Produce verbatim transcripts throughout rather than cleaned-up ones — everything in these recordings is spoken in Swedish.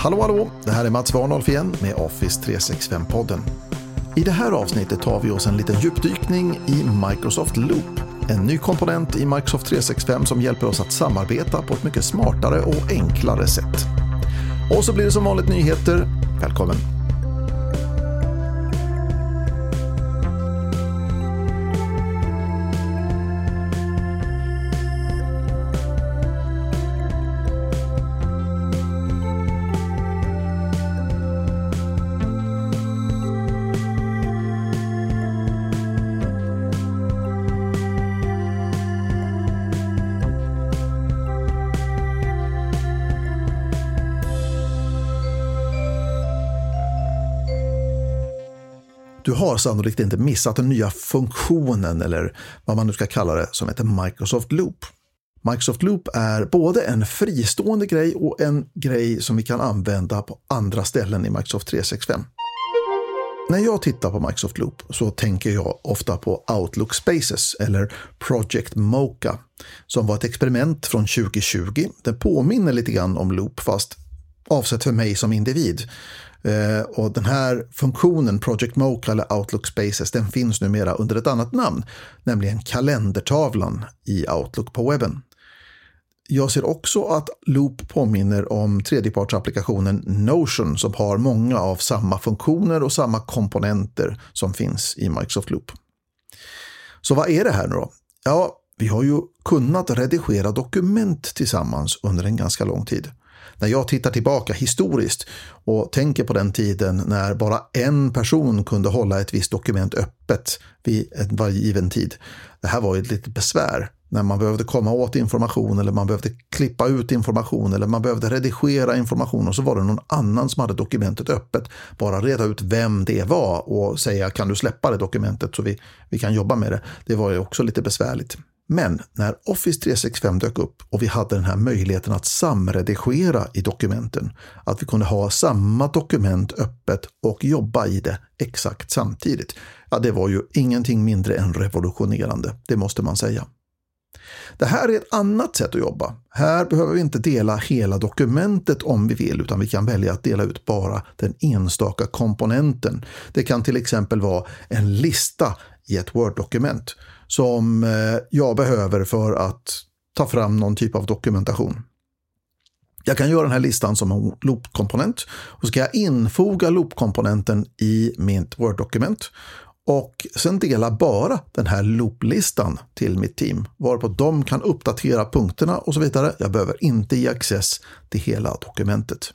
Hallå hallå, det här är Mats Warnolf igen med Office tre sextiofem-podden. I det här avsnittet tar vi oss en liten djupdykning i Microsoft Loop. En ny komponent i Microsoft tre sextiofem som hjälper oss att samarbeta på ett mycket smartare och enklare sätt. Och så blir det som vanligt nyheter. Välkommen! Du har sannolikt inte missat den nya funktionen, eller vad man nu ska kalla det, som heter Microsoft Loop. Microsoft Loop är både en fristående grej och en grej som vi kan använda på andra ställen i Microsoft tre sextiofem. När jag tittar på Microsoft Loop så tänker jag ofta på Outlook Spaces eller Project Mocha som var ett experiment från tjugo tjugo. Det påminner lite grann om Loop fast avsett för mig som individ. Uh, och den här funktionen Project Mocha eller Outlook Spaces, den finns numera under ett annat namn, nämligen kalendertavlan i Outlook på webben. Jag ser också att Loop påminner om tredjepartsapplikationen Notion som har många av samma funktioner och samma komponenter som finns i Microsoft Loop. Så vad är det här nu då? Ja, vi har ju kunnat redigera dokument tillsammans under en ganska lång tid. När jag tittar tillbaka historiskt och tänker på den tiden när bara en person kunde hålla ett visst dokument öppet vid en varje given tid. Det här var ju ett litet besvär när man behövde komma åt information eller man behövde klippa ut information eller man behövde redigera information och så var det någon annan som hade dokumentet öppet. Bara reda ut vem det var och säga kan du släppa det dokumentet så vi, vi kan jobba med det. Det var ju också lite besvärligt. Men när Office tre sextiofem dök upp och vi hade den här möjligheten att samredigera i dokumenten, att vi kunde ha samma dokument öppet och jobba i det exakt samtidigt, ja, det var ju ingenting mindre än revolutionerande, det måste man säga. Det här är ett annat sätt att jobba. Här behöver vi inte dela hela dokumentet om vi vill, utan vi kan välja att dela ut bara den enstaka komponenten. Det kan till exempel vara en lista i ett Word-dokument som jag behöver för att ta fram någon typ av dokumentation. Jag kan göra den här listan som en loop-komponent och så ska jag infoga loop-komponenten i mitt Word-dokument och sen dela bara den här loop-listan till mitt team varpå de kan uppdatera punkterna och så vidare. Jag behöver inte ge access till hela dokumentet.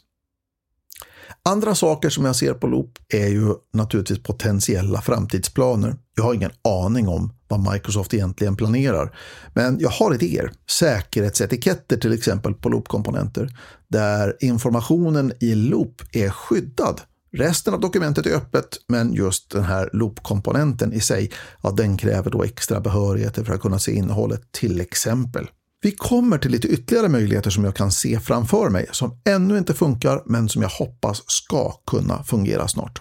Andra saker som jag ser på Loop är ju naturligtvis potentiella framtidsplaner. Jag har ingen aning om vad Microsoft egentligen planerar. Men jag har idéer. Säkerhetsetiketter till exempel på Loop-komponenter. Där informationen i Loop är skyddad. Resten av dokumentet är öppet men just den här Loop-komponenten i sig, ja, den kräver då extra behörigheter för att kunna se innehållet till exempel. Vi kommer till lite ytterligare möjligheter som jag kan se framför mig som ännu inte funkar men som jag hoppas ska kunna fungera snart.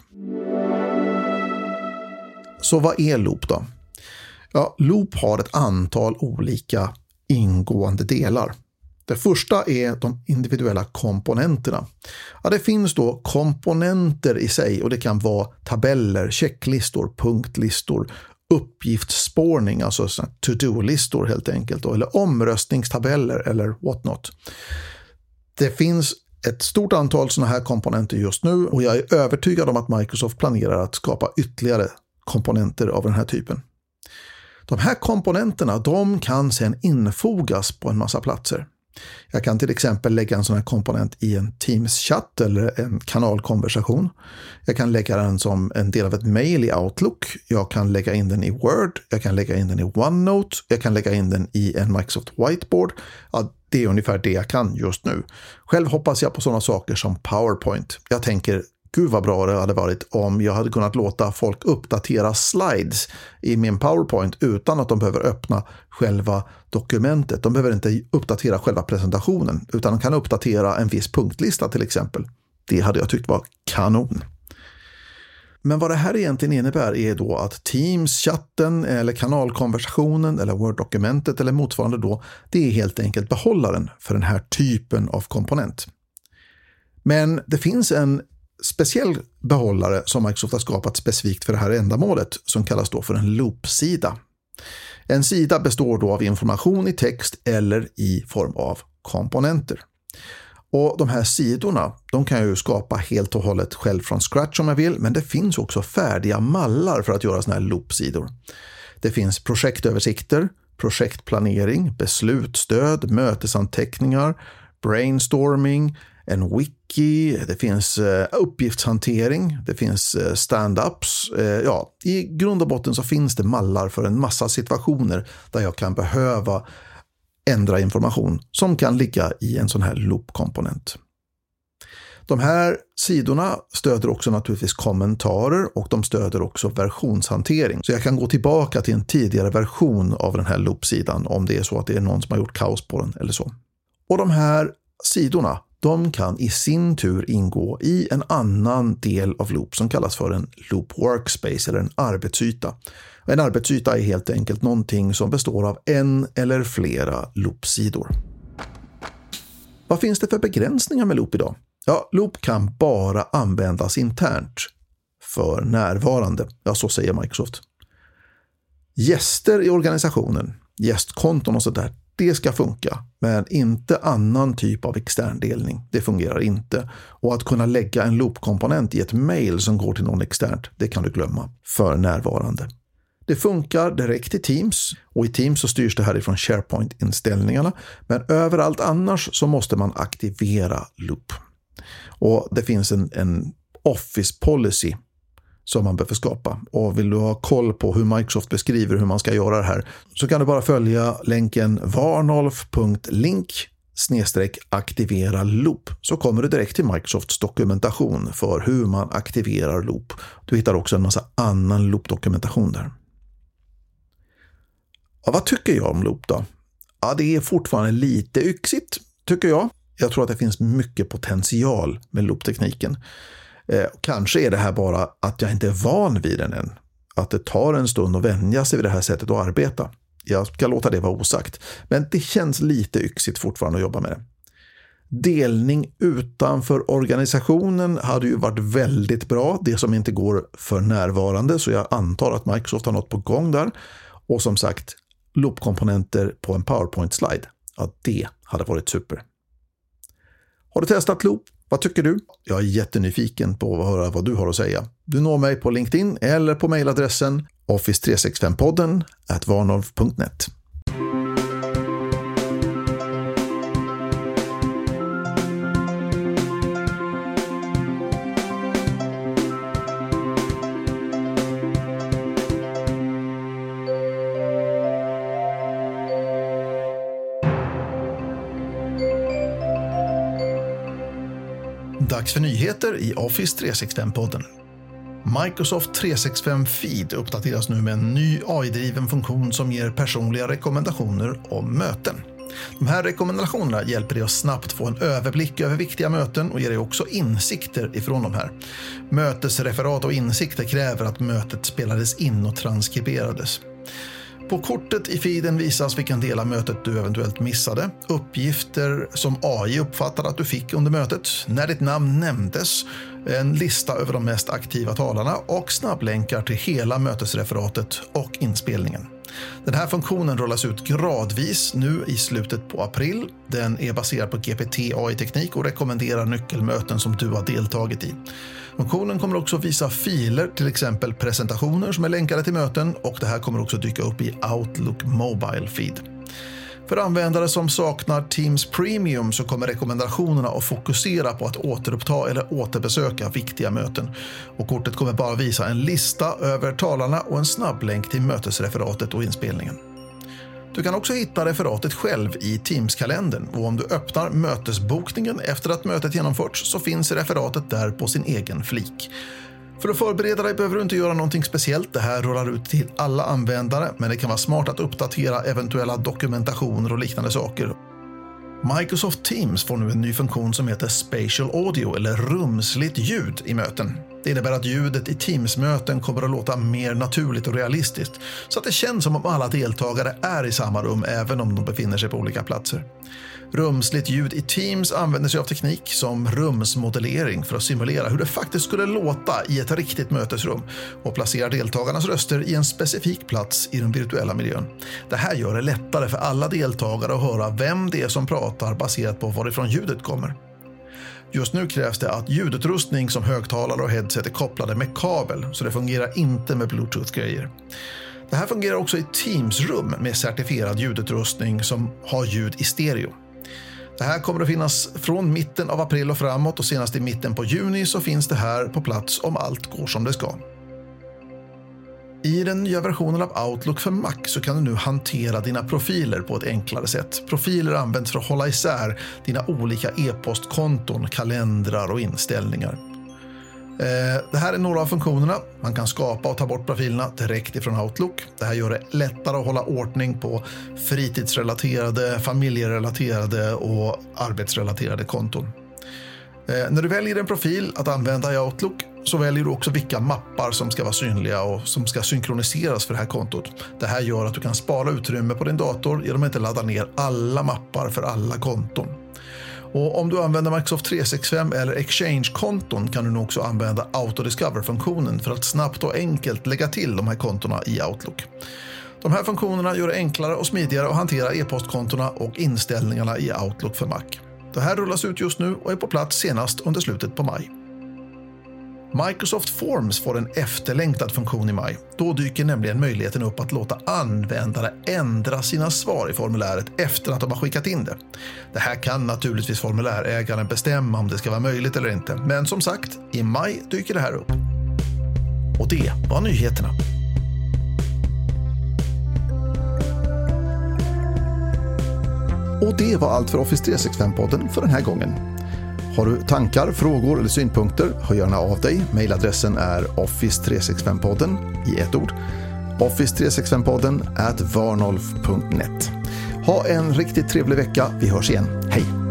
Så vad är Loop då? Ja, Loop har ett antal olika ingående delar. Det första är de individuella komponenterna. Ja, det finns då komponenter i sig och det kan vara tabeller, checklistor, punktlistor, uppgiftsspårning, alltså to-do-listor helt enkelt då, eller omröstningstabeller eller whatnot. Det finns ett stort antal sådana här komponenter just nu och jag är övertygad om att Microsoft planerar att skapa ytterligare komponenter av den här typen. De här komponenterna, de kan sedan infogas på en massa platser. Jag kan till exempel lägga en sån här komponent i en Teams-chatt eller en kanalkonversation. Jag kan lägga den som en del av ett mail i Outlook. Jag kan lägga in den i Word. Jag kan lägga in den i OneNote. Jag kan lägga in den i en Microsoft Whiteboard. Ja, det är ungefär det jag kan just nu. Själv hoppas jag på sådana saker som PowerPoint. Jag tänker, gud vad bra det hade varit om jag hade kunnat låta folk uppdatera slides i min PowerPoint utan att de behöver öppna själva dokumentet. De behöver inte uppdatera själva presentationen utan de kan uppdatera en viss punktlista till exempel. Det hade jag tyckt var kanon. Men vad det här egentligen innebär är då att Teams-chatten eller kanalkonversationen eller Word-dokumentet eller motsvarande då, det är helt enkelt behållaren för den här typen av komponent. Men det finns en speciell behållare som Microsoft har skapat specifikt för det här ändamålet som kallas då för en loop-sida. En sida består då av information i text eller i form av komponenter. Och de här sidorna, de kan jag ju skapa helt och hållet själv från scratch om jag vill, men det finns också färdiga mallar för att göra såna här loop-sidor. Det finns projektöversikter, projektplanering, beslutsstöd, mötesanteckningar, brainstorming, en wiki, det finns uppgiftshantering, det finns stand-ups. Ja, i grund och botten så finns det mallar för en massa situationer där jag kan behöva ändra information som kan ligga i en sån här loop-komponent. De här sidorna stöder också naturligtvis kommentarer och de stöder också versionshantering. Så jag kan gå tillbaka till en tidigare version av den här loop-sidan om det är så att det är någon som har gjort kaos på den eller så. Och de här sidorna, de kan i sin tur ingå i en annan del av loop som kallas för en loop workspace eller en arbetsyta. En arbetsyta är helt enkelt någonting som består av en eller flera loop-sidor. Vad finns det för begränsningar med loop idag? Ja, loop kan bara användas internt för närvarande. Ja, så säger Microsoft. Gäster i organisationen, gästkonton och sådär, det ska funka, men inte annan typ av extern delning. Det fungerar inte. Och att kunna lägga en loop-komponent i ett mail som går till någon externt, det kan du glömma för närvarande. Det funkar direkt i Teams och i Teams så styrs det härifrån SharePoint-inställningarna, men överallt annars så måste man aktivera loop. Och det finns en, en Office-policy som man behöver skapa. Och vill du ha koll på hur Microsoft beskriver hur man ska göra det här så kan du bara följa länken varnolf punkt link snedstreck aktivera loop så kommer du direkt till Microsofts dokumentation för hur man aktiverar loop. Du hittar också en massa annan loop-dokumentation där. Ja, vad tycker jag om loop då? Ja, det är fortfarande lite yxigt tycker jag. Jag tror att det finns mycket potential med loop-tekniken. Eh, kanske är det här bara att jag inte är van vid den än. Att det tar en stund att vänja sig vid det här sättet att arbeta. Jag ska låta det vara osagt. Men det känns lite yxigt fortfarande att jobba med det. Delning utanför organisationen hade ju varit väldigt bra. Det som inte går för närvarande. Så jag antar att Microsoft har något på gång där. Och som sagt, loop-komponenter på en PowerPoint-slide. Ja, det hade varit super. Har du testat loop? Vad tycker du? Jag är jättenyfiken på att höra vad du har att säga. Du når mig på LinkedIn eller på mejladressen office tre sextiofem podden at varnolf punkt net. Dags för nyheter i Office tre sextiofem podden. Microsoft tre sextiofem Feed uppdateras nu med en ny A I-driven funktion som ger personliga rekommendationer om möten. De här rekommendationerna hjälper dig att snabbt få en överblick över viktiga möten och ger dig också insikter ifrån de här. Mötesreferat och insikter kräver att mötet spelades in och transkriberades. På kortet i feeden visas vilken del av mötet du eventuellt missade, uppgifter som A I uppfattade att du fick under mötet, när ditt namn nämndes, en lista över de mest aktiva talarna och snabblänkar till hela mötesreferatet och inspelningen. Den här funktionen rullas ut gradvis nu i slutet på april. Den är baserad på G P T A I-teknik och rekommenderar nyckelmöten som du har deltagit i. Funktionen kommer också visa filer, till exempel presentationer som är länkade till möten, och det här kommer också dyka upp i Outlook Mobile Feed. För användare som saknar Teams Premium så kommer rekommendationerna att fokusera på att återuppta eller återbesöka viktiga möten. Och kortet kommer bara visa en lista över talarna och en snabblänk till mötesreferatet och inspelningen. Du kan också hitta referatet själv i Teams-kalendern, och om du öppnar mötesbokningen efter att mötet genomförts så finns referatet där på sin egen flik. För att förbereda dig behöver du inte göra någonting speciellt. Det här rullar ut till alla användare, men det kan vara smart att uppdatera eventuella dokumentationer och liknande saker. Microsoft Teams får nu en ny funktion som heter Spatial Audio eller rumsligt ljud i möten. Det innebär att ljudet i Teams-möten kommer att låta mer naturligt och realistiskt, så att det känns som om alla deltagare är i samma rum även om de befinner sig på olika platser. Rumsligt ljud i Teams använder sig av teknik som rumsmodellering för att simulera hur det faktiskt skulle låta i ett riktigt mötesrum och placera deltagarnas röster i en specifik plats i den virtuella miljön. Det här gör det lättare för alla deltagare att höra vem det är som pratar baserat på varifrån ljudet kommer. Just nu krävs det att ljudutrustning som högtalare och headset är kopplade med kabel, så det fungerar inte med Bluetooth-grejer. Det här fungerar också i Teams-rum med certifierad ljudutrustning som har ljud i stereo. Det här kommer att finnas från mitten av april och framåt, och senast i mitten på juni så finns det här på plats om allt går som det ska. I den nya versionen av Outlook för Mac så kan du nu hantera dina profiler på ett enklare sätt. Profiler används för att hålla isär dina olika e-postkonton, kalendrar och inställningar. Det här är några av funktionerna. Man kan skapa och ta bort profilerna direkt ifrån Outlook. Det här gör det lättare att hålla ordning på fritidsrelaterade, familjerelaterade och arbetsrelaterade konton. När du väljer en profil att använda i Outlook så väljer du också vilka mappar som ska vara synliga och som ska synkroniseras för det här kontot. Det här gör att du kan spara utrymme på din dator genom att inte ladda ner alla mappar för alla konton. Och om du använder Microsoft tre sextiofem eller Exchange-konton kan du nu också använda Autodiscover-funktionen för att snabbt och enkelt lägga till de här kontona i Outlook. De här funktionerna gör det enklare och smidigare att hantera e-postkontona och inställningarna i Outlook för Mac. Det här rullas ut just nu och är på plats senast under slutet på maj. Microsoft Forms får en efterlängtad funktion i maj. Då dyker nämligen möjligheten upp att låta användare ändra sina svar i formuläret efter att de har skickat in det. Det här kan naturligtvis formulärägaren bestämma om det ska vara möjligt eller inte. Men som sagt, i maj dyker det här upp. Och det var nyheterna. Och det var allt för Office tre sextiofem-podden för den här gången. Har du tankar, frågor eller synpunkter, hör gärna av dig. Mailadressen är office tre sextiofem podden i ett ord. office tre sextiofem podden at varnolf punkt net. Ha en riktigt trevlig vecka. Vi hörs igen. Hej!